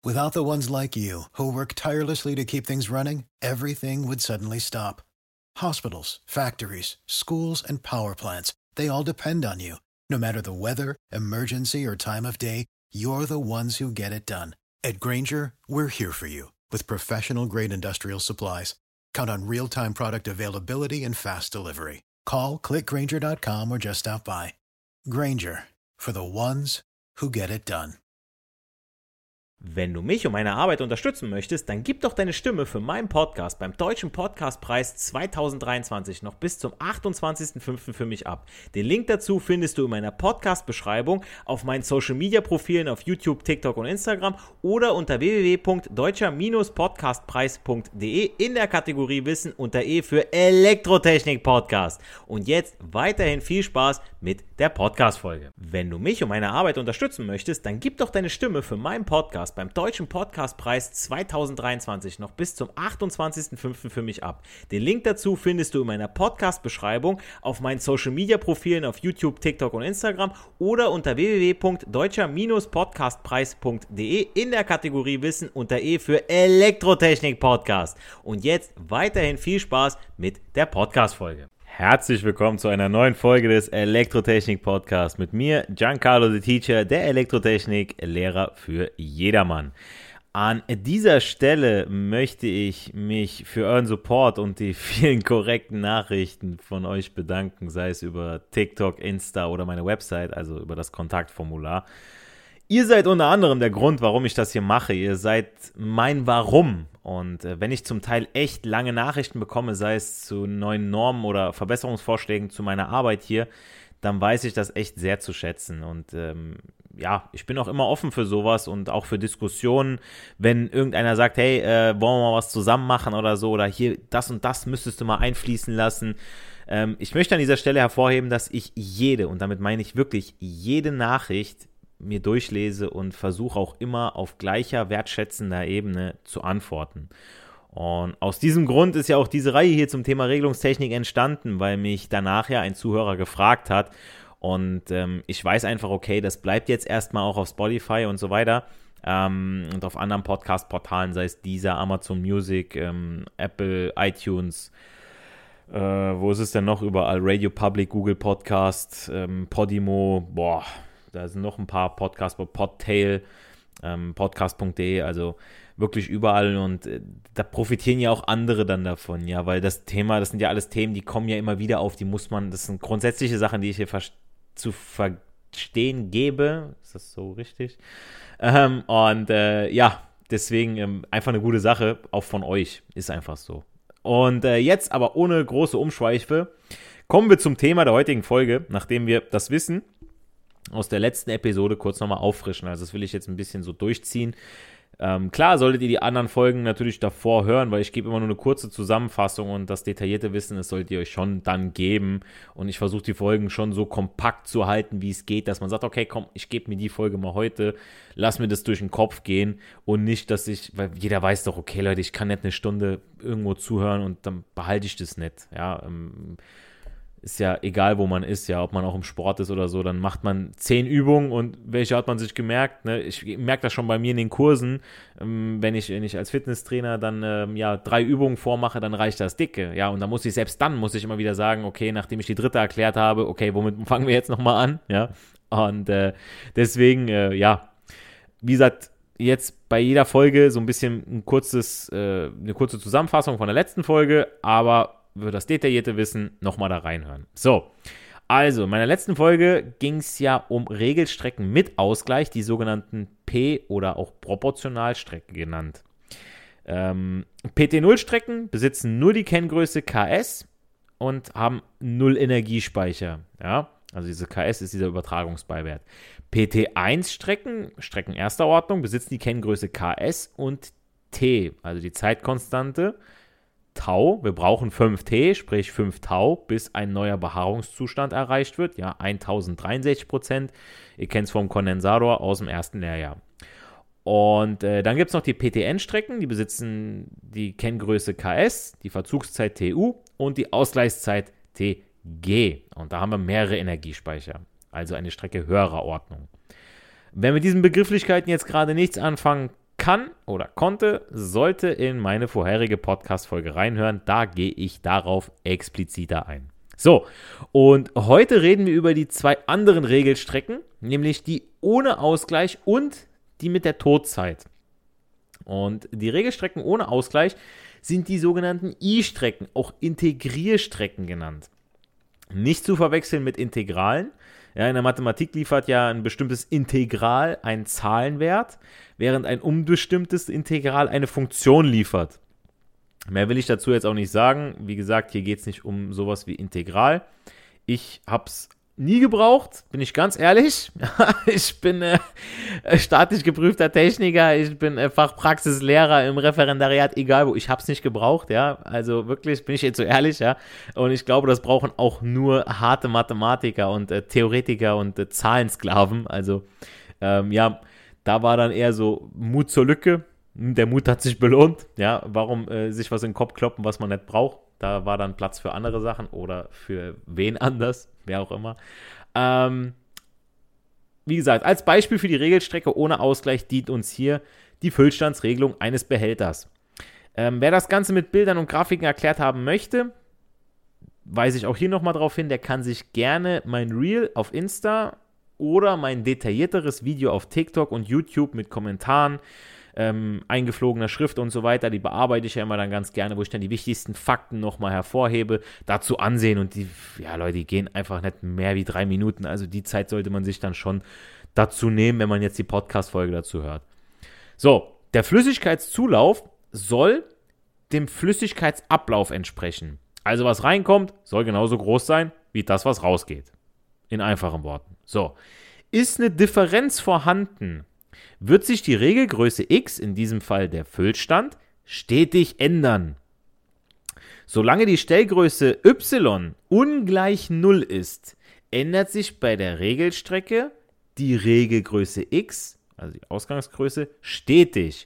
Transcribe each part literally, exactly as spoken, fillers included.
Without the ones like you, who work tirelessly to keep things running, everything would suddenly stop. Hospitals, factories, schools, and power plants, they all depend on you. No matter the weather, emergency, or time of day, you're the ones who get it done. At Grainger, we're here for you with professional-grade industrial supplies. Count on real-time product availability and fast delivery. Call, click grainger dot com, or just stop by. Grainger, for the ones who get it done. Wenn du mich und meine Arbeit unterstützen möchtest, dann gib doch deine Stimme für meinen Podcast beim Deutschen Podcastpreis zweitausenddreiundzwanzig noch bis zum achtundzwanzigsten fünften für mich ab. Den Link dazu findest du in meiner Podcast-Beschreibung, auf meinen Social-Media-Profilen auf YouTube, TikTok und Instagram oder unter w w w punkt deutscher podcastpreis punkt d e in der Kategorie Wissen unter E für Elektrotechnik-Podcast. Und jetzt weiterhin viel Spaß mit der Podcast-Folge. Wenn du mich und meine Arbeit unterstützen möchtest, dann gib doch deine Stimme für meinen Podcast beim Deutschen Podcastpreis zweitausenddreiundzwanzig noch bis zum achtundzwanzigsten fünften für mich ab. Den Link dazu findest du in meiner Podcast-Beschreibung, auf meinen Social-Media-Profilen auf YouTube, TikTok und Instagram oder unter w w w punkt deutscher podcastpreis punkt d e in der Kategorie Wissen unter E für Elektrotechnik-Podcast. Und jetzt weiterhin viel Spaß mit der Podcast-Folge. Herzlich willkommen zu einer neuen Folge des Elektrotechnik-Podcasts mit mir, Giancarlo the Teacher, der Elektrotechnik-Lehrer für jedermann. An dieser Stelle möchte ich mich für euren Support und die vielen korrekten Nachrichten von euch bedanken, sei es über TikTok, Insta oder meine Website, also über das Kontaktformular. Ihr seid unter anderem der Grund, warum ich das hier mache. Ihr seid mein Warum. Und äh, wenn ich zum Teil echt lange Nachrichten bekomme, sei es zu neuen Normen oder Verbesserungsvorschlägen zu meiner Arbeit hier, dann weiß ich das echt sehr zu schätzen. Und ähm, ja, ich bin auch immer offen für sowas und auch für Diskussionen, wenn irgendeiner sagt, hey, äh, wollen wir mal was zusammen machen oder so, oder hier, das und das müsstest du mal einfließen lassen. Ähm, ich möchte an dieser Stelle hervorheben, dass ich jede, und damit meine ich wirklich jede Nachricht, mir durchlese und versuche auch immer auf gleicher wertschätzender Ebene zu antworten. Und aus diesem Grund ist ja auch diese Reihe hier zum Thema Regelungstechnik entstanden, weil mich danach ja ein Zuhörer gefragt hat und ähm, ich weiß einfach, okay, das bleibt jetzt erstmal auch auf Spotify und so weiter ähm, und auf anderen Podcast-Portalen, sei es Deezer, Amazon Music, ähm, Apple, iTunes, äh, wo ist es denn noch überall, Radio Public, Google Podcast, ähm, Podimo, boah, da sind noch ein paar Podcasts bei Podtail, ähm, podcast punkt d e, also wirklich überall und äh, da profitieren ja auch andere dann davon, ja, weil das Thema, das sind ja alles Themen, die kommen ja immer wieder auf, die muss man, das sind grundsätzliche Sachen, die ich hier ver- zu verstehen gebe, ist das so richtig? Ähm, und äh, ja, deswegen ähm, einfach eine gute Sache, auch von euch, ist einfach so. Und äh, jetzt aber ohne große Umschweife, kommen wir zum Thema der heutigen Folge, nachdem wir das Wissen aus der letzten Episode kurz nochmal auffrischen. Also das will ich jetzt ein bisschen so durchziehen. Ähm, klar solltet ihr die anderen Folgen natürlich davor hören, weil ich gebe immer nur eine kurze Zusammenfassung und das detaillierte Wissen, das solltet ihr euch schon dann geben. Und ich versuche die Folgen schon so kompakt zu halten, wie es geht, dass man sagt, okay, komm, ich gebe mir die Folge mal heute, lass mir das durch den Kopf gehen und nicht, dass ich, weil jeder weiß doch, okay Leute, ich kann nicht eine Stunde irgendwo zuhören und dann behalte ich das nicht, ja, ähm, ist ja egal, wo man ist, ja, ob man auch im Sport ist oder so, dann macht man zehn Übungen und welche hat man sich gemerkt, ne? Ich merke das schon bei mir in den Kursen, ähm, wenn ich, wenn ich als Fitnesstrainer dann ähm, ja drei Übungen vormache, dann reicht das dicke, ja, und dann muss ich, selbst dann muss ich immer wieder sagen, okay, nachdem ich die dritte erklärt habe, okay, womit fangen wir jetzt nochmal an, ja, und äh, deswegen, äh, ja, wie gesagt, jetzt bei jeder Folge so ein bisschen ein kurzes, äh, eine kurze Zusammenfassung von der letzten Folge, aber für das detaillierte Wissen nochmal da reinhören. So, also in meiner letzten Folge ging es ja um Regelstrecken mit Ausgleich, die sogenannten P- oder auch Proportionalstrecken genannt. Ähm, P T null Strecken besitzen nur die Kenngröße K S und haben null Energiespeicher. Ja, also diese K S ist dieser Übertragungsbeiwert. P T eins Strecken, Strecken erster Ordnung, besitzen die Kenngröße K S und T, also die Zeitkonstante Tau, wir brauchen fünf T, sprich fünf Tau, bis ein neuer Behaarungszustand erreicht wird, ja, tausenddreiundsechzig Prozent, ihr kennt es vom Kondensator aus dem ersten Lehrjahr. Und äh, dann gibt es noch die P T N-Strecken, die besitzen die Kenngröße K S, die Verzugszeit T U und die Ausgleichszeit T G. Und da haben wir mehrere Energiespeicher, also eine Strecke höherer Ordnung. Wenn wir mit diesen Begrifflichkeiten jetzt gerade nichts anfangen kann oder konnte, sollte in meine vorherige Podcast-Folge reinhören. Da gehe ich darauf expliziter ein. So, und heute reden wir über die zwei anderen Regelstrecken, nämlich die ohne Ausgleich und die mit der Todzeit. Und die Regelstrecken ohne Ausgleich sind die sogenannten I-Strecken, auch Integrierstrecken genannt. Nicht zu verwechseln mit Integralen. Ja, in der Mathematik liefert ja ein bestimmtes Integral einen Zahlenwert, während ein unbestimmtes Integral eine Funktion liefert. Mehr will ich dazu jetzt auch nicht sagen. Wie gesagt, hier geht es nicht um sowas wie Integral. Ich habe es nie gebraucht, bin ich ganz ehrlich. Ich bin äh, staatlich geprüfter Techniker, ich bin äh, Fachpraxislehrer im Referendariat, egal wo, ich habe es nicht gebraucht, ja. Also wirklich, bin ich jetzt so ehrlich, ja. Und ich glaube, das brauchen auch nur harte Mathematiker und äh, Theoretiker und äh, Zahlensklaven. Also ähm, ja, da war dann eher so Mut zur Lücke. Der Mut hat sich belohnt, ja, warum äh, sich was in den Kopf kloppen, was man nicht braucht. Da war dann Platz für andere Sachen oder für wen anders, wer auch immer. Ähm, wie gesagt, als Beispiel für die Regelstrecke ohne Ausgleich dient uns hier die Füllstandsregelung eines Behälters. Ähm, wer das Ganze mit Bildern und Grafiken erklärt haben möchte, weise ich auch hier nochmal drauf hin, der kann sich gerne mein Reel auf Insta oder mein detaillierteres Video auf TikTok und YouTube mit Kommentaren, Ähm, eingeflogener Schrift und so weiter, die bearbeite ich ja immer dann ganz gerne, wo ich dann die wichtigsten Fakten nochmal hervorhebe, dazu ansehen und die, ja Leute, die gehen einfach nicht mehr wie drei Minuten, also die Zeit sollte man sich dann schon dazu nehmen, wenn man jetzt die Podcast-Folge dazu hört. So, der Flüssigkeitszulauf soll dem Flüssigkeitsablauf entsprechen. Also was reinkommt, soll genauso groß sein, wie das, was rausgeht. In einfachen Worten. So, ist eine Differenz vorhanden, wird sich die Regelgröße x, in diesem Fall der Füllstand, stetig ändern. Solange die Stellgröße y ungleich null ist, ändert sich bei der Regelstrecke die Regelgröße x, also die Ausgangsgröße, stetig.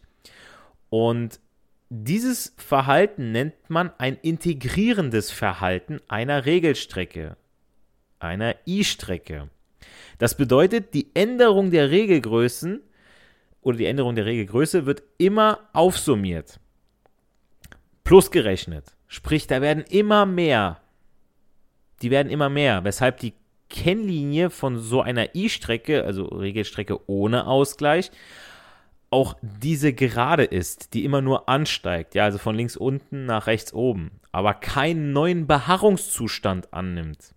Und dieses Verhalten nennt man ein integrierendes Verhalten einer Regelstrecke, einer I-Strecke. Das bedeutet, die Änderung der Regelgrößen oder die Änderung der Regelgröße wird immer aufsummiert, plus gerechnet. Sprich, da werden immer mehr, die werden immer mehr, weshalb die Kennlinie von so einer I-Strecke, also Regelstrecke ohne Ausgleich, auch diese Gerade ist, die immer nur ansteigt, ja, also von links unten nach rechts oben, aber keinen neuen Beharrungszustand annimmt.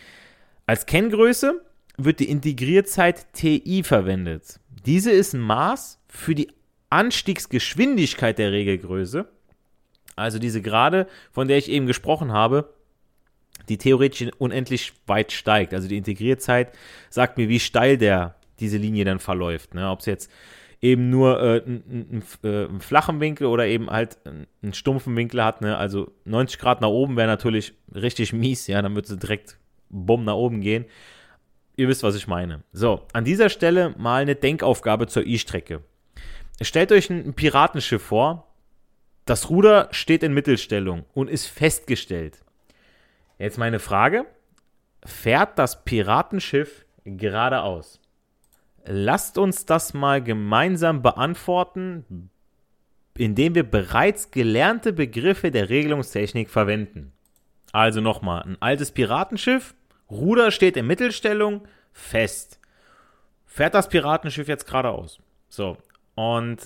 Als Kenngröße wird die Integrierzeit T I verwendet. Diese ist ein Maß für die Anstiegsgeschwindigkeit der Regelgröße, also diese Gerade, von der ich eben gesprochen habe, die theoretisch unendlich weit steigt. Also die Integrierzeit sagt mir, wie steil der, diese Linie dann verläuft. Ne? Ob es jetzt eben nur äh, einen, einen, einen flachen Winkel oder eben halt einen stumpfen Winkel hat. Ne? Also neunzig Grad nach oben wäre natürlich richtig mies, ja, dann würde sie direkt bumm nach oben gehen. Ihr wisst, was ich meine. So, an dieser Stelle mal eine Denkaufgabe zur I-Strecke. Stellt euch ein Piratenschiff vor. Das Ruder steht in Mittelstellung und ist festgestellt. Jetzt meine Frage. Fährt das Piratenschiff geradeaus? Lasst uns das mal gemeinsam beantworten, indem wir bereits gelernte Begriffe der Regelungstechnik verwenden. Also nochmal, ein altes Piratenschiff, Ruder steht in Mittelstellung, fest. Fährt das Piratenschiff jetzt geradeaus? So, und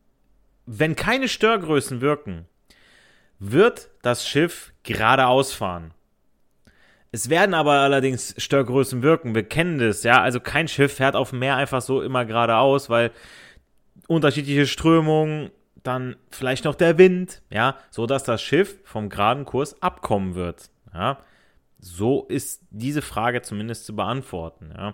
wenn keine Störgrößen wirken, wird das Schiff geradeaus fahren. Es werden aber allerdings Störgrößen wirken, wir kennen das, ja, also kein Schiff fährt auf dem Meer einfach so immer geradeaus, weil unterschiedliche Strömungen, dann vielleicht noch der Wind, ja, so dass das Schiff vom geraden Kurs abkommen wird, ja. So ist diese Frage zumindest zu beantworten, ja.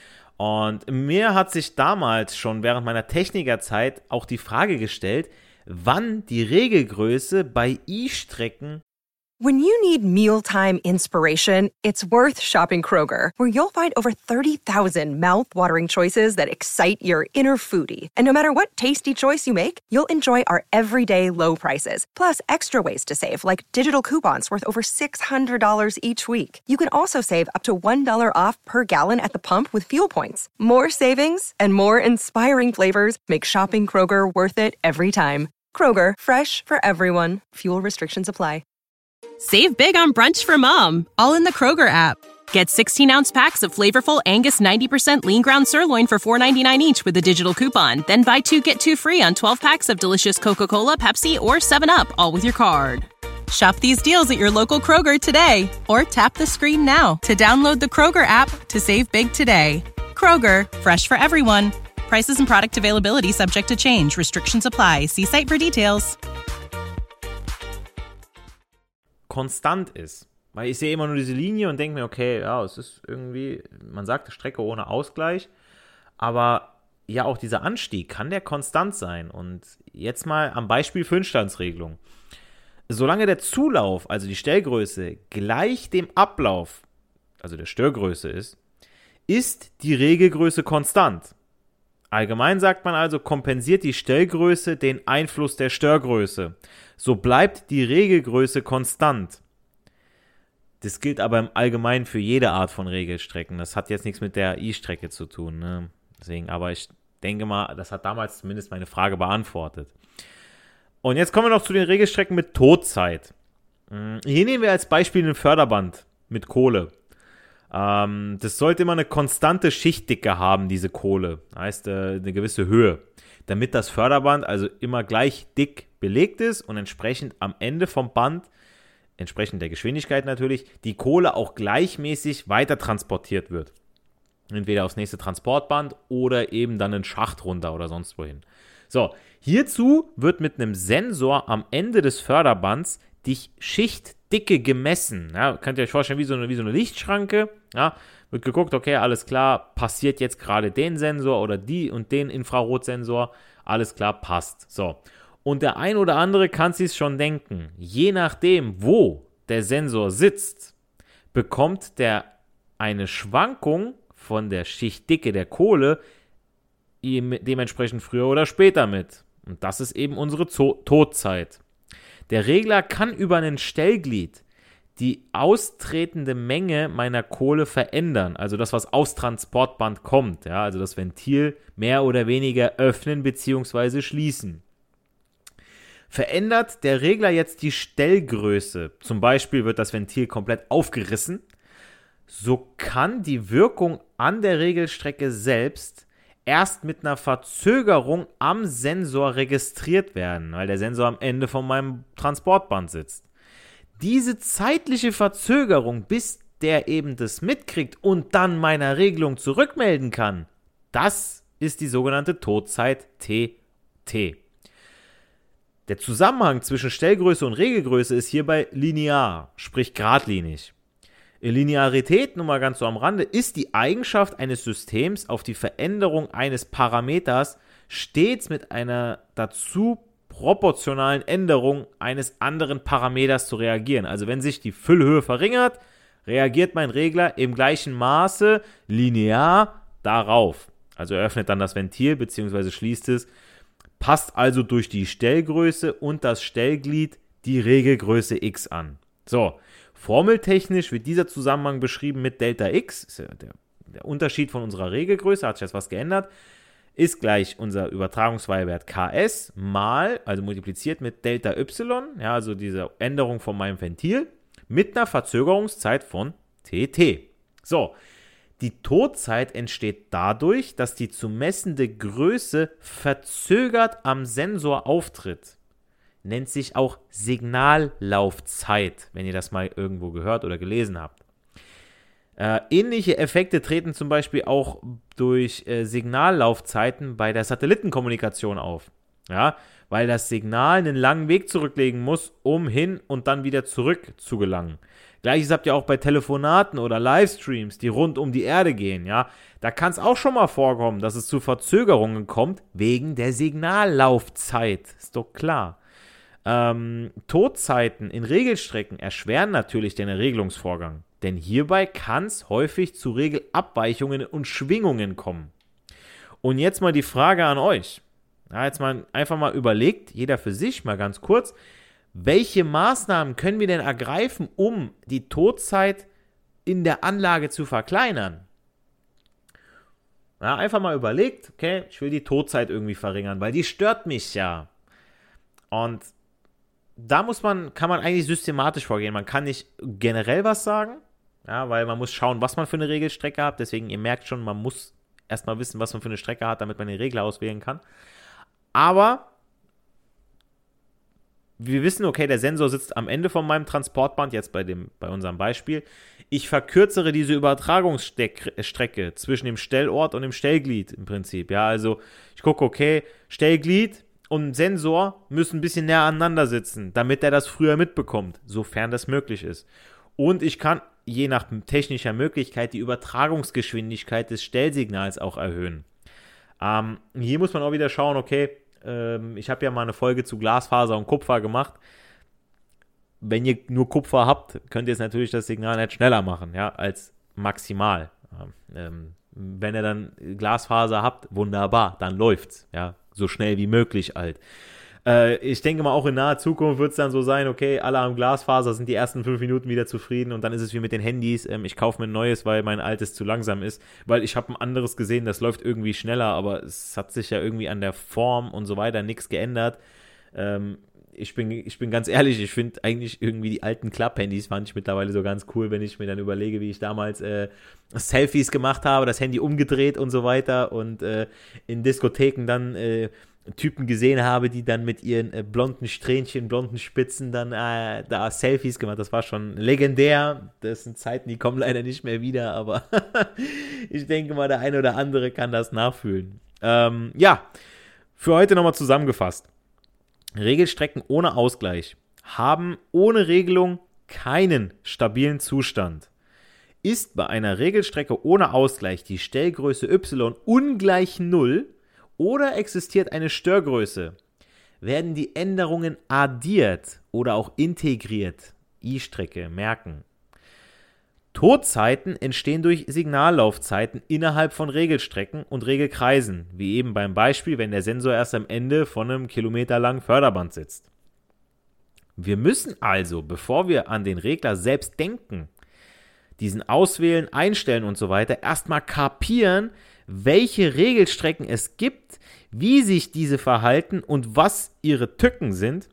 Und mir hat sich damals schon während meiner Technikerzeit auch die Frage gestellt, wann die Regelgröße bei I-Strecken When you need mealtime inspiration, it's worth shopping Kroger, where you'll find over thirty thousand mouth-watering choices that excite your inner foodie. And no matter what tasty choice you make, you'll enjoy our everyday low prices, plus extra ways to save, like digital coupons worth over six hundred dollars each week. You can also save up to one dollar off per gallon at the pump with fuel points. More savings and more inspiring flavors make shopping Kroger worth it every time. Kroger, fresh for everyone. Fuel restrictions apply. Save big on brunch for mom, all in the Kroger app. Get sixteen-ounce packs of flavorful Angus ninety percent lean ground sirloin for four ninety-nine each with a digital coupon. Then buy two, get two free on twelve packs of delicious Coca-Cola, Pepsi, or seven up, all with your card. Shop these deals at your local Kroger today, or tap the screen now to download the Kroger app to save big today. Kroger, fresh for everyone. Prices and product availability subject to change. Restrictions apply. See site for details. Konstant ist. Weil ich sehe immer nur diese Linie und denke mir, okay, ja, es ist irgendwie, man sagt Strecke ohne Ausgleich, aber ja, auch dieser Anstieg, kann der konstant sein? Und jetzt mal am Beispiel Fünfstandsregelung. Solange der Zulauf, also die Stellgröße, gleich dem Ablauf, also der Störgröße ist, ist die Regelgröße konstant. Allgemein sagt man also, kompensiert die Stellgröße den Einfluss der Störgröße. So bleibt die Regelgröße konstant. Das gilt aber im Allgemeinen für jede Art von Regelstrecken. Das hat jetzt nichts mit der I-Strecke zu tun, ne? Deswegen, aber ich denke mal, das hat damals zumindest meine Frage beantwortet. Und jetzt kommen wir noch zu den Regelstrecken mit Todzeit. Hier nehmen wir als Beispiel ein Förderband mit Kohle. Ähm, das sollte immer eine konstante Schichtdicke haben, diese Kohle. Heißt, äh, eine gewisse Höhe. Damit das Förderband also immer gleich dick belegt ist und entsprechend am Ende vom Band, entsprechend der Geschwindigkeit natürlich, die Kohle auch gleichmäßig weiter transportiert wird. Entweder aufs nächste Transportband oder eben dann einen Schacht runter oder sonst wohin. So, hierzu wird mit einem Sensor am Ende des Förderbands die Schichtdicke gemessen. Ja, könnt ihr euch vorstellen, wie so eine, wie so eine Lichtschranke. Ja, wird geguckt, okay, alles klar, passiert jetzt gerade den Sensor oder die und den Infrarotsensor. Alles klar, passt. So. Und der ein oder andere kann sich schon denken, je nachdem, wo der Sensor sitzt, bekommt der eine Schwankung von der Schichtdicke der Kohle dementsprechend früher oder später mit. Und das ist eben unsere Zo- Todzeit. Der Regler kann über ein Stellglied die austretende Menge meiner Kohle verändern, also das, was aufs Transportband kommt, ja, also das Ventil mehr oder weniger öffnen bzw. schließen. Verändert der Regler jetzt die Stellgröße, zum Beispiel wird das Ventil komplett aufgerissen, so kann die Wirkung an der Regelstrecke selbst erst mit einer Verzögerung am Sensor registriert werden, weil der Sensor am Ende von meinem Transportband sitzt. Diese zeitliche Verzögerung, bis der eben das mitkriegt und dann meiner Regelung zurückmelden kann, das ist die sogenannte Todzeit T T. Der Zusammenhang zwischen Stellgröße und Regelgröße ist hierbei linear, sprich geradlinig. Linearität, nur mal ganz so am Rande, ist die Eigenschaft eines Systems, auf die Veränderung eines Parameters stets mit einer dazu proportionalen Änderung eines anderen Parameters zu reagieren. Also wenn sich die Füllhöhe verringert, reagiert mein Regler im gleichen Maße linear darauf. Also er öffnet dann das Ventil bzw. schließt es, passt also durch die Stellgröße und das Stellglied die Regelgröße x an. So, formeltechnisch wird dieser Zusammenhang beschrieben mit Delta X, ist ja der, der Unterschied von unserer Regelgröße, hat sich jetzt was geändert, ist gleich unser Übertragungsweilwert Ks mal, also multipliziert mit Delta Y, ja, also diese Änderung von meinem Ventil, mit einer Verzögerungszeit von T T. So, die Todzeit entsteht dadurch, dass die zu messende Größe verzögert am Sensor auftritt. Nennt sich auch Signallaufzeit, wenn ihr das mal irgendwo gehört oder gelesen habt. Äh, ähnliche Effekte treten zum Beispiel auch durch äh, Signallaufzeiten bei der Satellitenkommunikation auf. Ja, weil das Signal einen langen Weg zurücklegen muss, um hin und dann wieder zurück zu gelangen. Gleiches habt ihr auch bei Telefonaten oder Livestreams, die rund um die Erde gehen. Ja, da kann es auch schon mal vorkommen, dass es zu Verzögerungen kommt, wegen der Signallaufzeit. Ist doch klar. Ähm, Todzeiten in Regelstrecken erschweren natürlich den Regelungsvorgang, denn hierbei kann es häufig zu Regelabweichungen und Schwingungen kommen. Und jetzt mal die Frage an euch. Ja, jetzt mal einfach mal überlegt, jeder für sich mal ganz kurz, welche Maßnahmen können wir denn ergreifen, um die Todzeit in der Anlage zu verkleinern? Ja, einfach mal überlegt, okay, ich will die Todzeit irgendwie verringern, weil die stört mich ja. Und da muss man, kann man eigentlich systematisch vorgehen. Man kann nicht generell was sagen, ja, weil man muss schauen, was man für eine Regelstrecke hat. Deswegen, ihr merkt schon, man muss erstmal wissen, was man für eine Strecke hat, damit man den Regler auswählen kann. Aber wir wissen, okay, der Sensor sitzt am Ende von meinem Transportband, jetzt bei, dem, bei unserem Beispiel. Ich verkürzere diese Übertragungsstrecke zwischen dem Stellort und dem Stellglied im Prinzip. Ja, also ich gucke, okay, Stellglied und Sensor müssen ein bisschen näher aneinander sitzen, damit er das früher mitbekommt, sofern das möglich ist. Und ich kann je nach technischer Möglichkeit die Übertragungsgeschwindigkeit des Stellsignals auch erhöhen. Ähm, hier muss man auch wieder schauen, okay, ähm, ich habe ja mal eine Folge zu Glasfaser und Kupfer gemacht. Wenn ihr nur Kupfer habt, könnt ihr jetzt natürlich das Signal nicht schneller machen, ja, als maximal. Ähm, wenn ihr dann Glasfaser habt, wunderbar, dann läuft's, ja, so schnell wie möglich halt. Äh, ich denke mal, auch in naher Zukunft wird es dann so sein, okay, alle am Glasfaser, sind die ersten fünf Minuten wieder zufrieden und dann ist es wie mit den Handys, ähm, ich kaufe mir ein neues, weil mein altes zu langsam ist, weil ich habe ein anderes gesehen, das läuft irgendwie schneller, aber es hat sich ja irgendwie an der Form und so weiter nichts geändert. Ähm, ich bin, ich bin ganz ehrlich, ich finde eigentlich irgendwie die alten Klapp-Handys fand ich mittlerweile so ganz cool, wenn ich mir dann überlege, wie ich damals äh, Selfies gemacht habe, das Handy umgedreht und so weiter und äh, in Diskotheken dann äh, Typen gesehen habe, die dann mit ihren äh, blonden Strähnchen, blonden Spitzen dann äh, da Selfies gemacht. Das war schon legendär. Das sind Zeiten, die kommen leider nicht mehr wieder, aber ich denke mal, der eine oder andere kann das nachfühlen. Ähm, ja, für heute nochmal zusammengefasst. Regelstrecken ohne Ausgleich haben ohne Regelung keinen stabilen Zustand. Ist bei einer Regelstrecke ohne Ausgleich die Stellgröße y ungleich null oder existiert eine Störgröße, werden die Änderungen addiert oder auch integriert. I-Strecke merken. Todzeiten entstehen durch Signallaufzeiten innerhalb von Regelstrecken und Regelkreisen, wie eben beim Beispiel, wenn der Sensor erst am Ende von einem kilometerlangen Förderband sitzt. Wir müssen also, bevor wir an den Regler selbst denken, diesen auswählen, einstellen und so weiter, erstmal kapieren, welche Regelstrecken es gibt, wie sich diese verhalten und was ihre Tücken sind.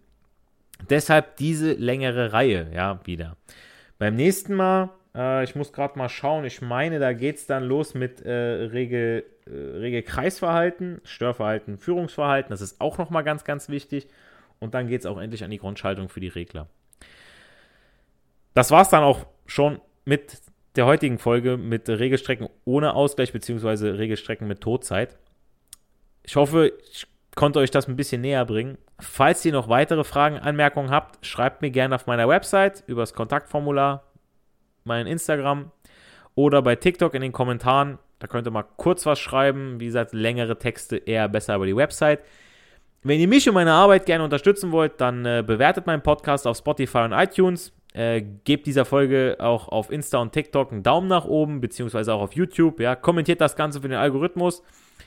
Deshalb diese längere Reihe, ja, wieder. Beim nächsten Mal, äh, ich muss gerade mal schauen, ich meine, da geht es dann los mit äh, Regel, äh, Regelkreisverhalten, Störverhalten, Führungsverhalten, das ist auch nochmal ganz, ganz wichtig. Und dann geht es auch endlich an die Grundschaltung für die Regler. Das war es dann auch schon mit der heutigen Folge mit Regelstrecken ohne Ausgleich bzw. Regelstrecken mit Todzeit. Ich hoffe, ich konnte euch das ein bisschen näher bringen. Falls ihr noch weitere Fragen, Anmerkungen habt, schreibt mir gerne auf meiner Website über das Kontaktformular, mein Instagram oder bei TikTok in den Kommentaren. Da könnt ihr mal kurz was schreiben. Wie gesagt, längere Texte eher besser über die Website. Wenn ihr mich und meine Arbeit gerne unterstützen wollt, dann äh, bewertet meinen Podcast auf Spotify und iTunes. Äh, gebt dieser Folge auch auf Insta und TikTok einen Daumen nach oben, beziehungsweise auch auf YouTube. Ja, kommentiert das Ganze für den Algorithmus,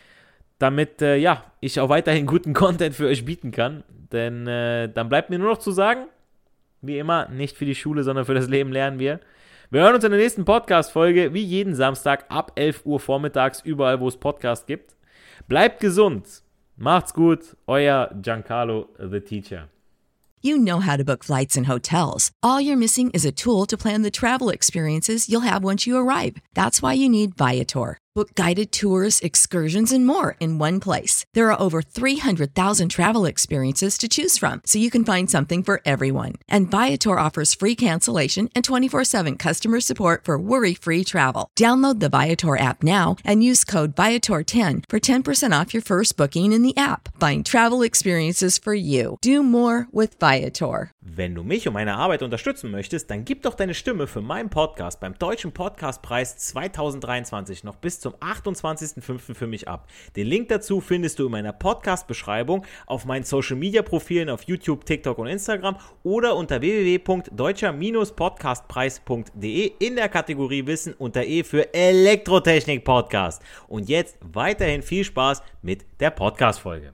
damit äh, ja, ich auch weiterhin guten Content für euch bieten kann. Denn äh, dann bleibt mir nur noch zu sagen, wie immer, nicht für die Schule, sondern für das Leben lernen wir. Wir hören uns in der nächsten Podcast-Folge, wie jeden Samstag ab elf Uhr vormittags, überall, wo es Podcasts gibt. Bleibt gesund, macht's gut, euer Giancarlo, the Teacher. You know how to book flights and hotels. All you're missing is a tool to plan the travel experiences you'll have once you arrive. That's why you need Viator. Book guided tours, excursions, and more in one place. There are over three hundred thousand travel experiences to choose from, so you can find something for everyone. And Viator offers free cancellation and twenty-four seven customer support for worry-free travel. Download the Viator app now and use code Viator ten for ten percent off your first booking in the app. Find travel experiences for you. Do more with Viator. Wenn du mich und meine Arbeit unterstützen möchtest, dann gib doch deine Stimme für meinen Podcast beim Deutschen Podcastpreis zweitausenddreiundzwanzig noch bis zum achtundzwanzigsten fünften für mich ab. Den Link dazu findest du in meiner Podcast-Beschreibung, auf meinen Social-Media-Profilen auf YouTube, TikTok und Instagram oder unter w w w punkt deutscher podcastpreis punkt de in der Kategorie Wissen unter E für Elektrotechnik-Podcast. Und jetzt weiterhin viel Spaß mit der Podcast-Folge.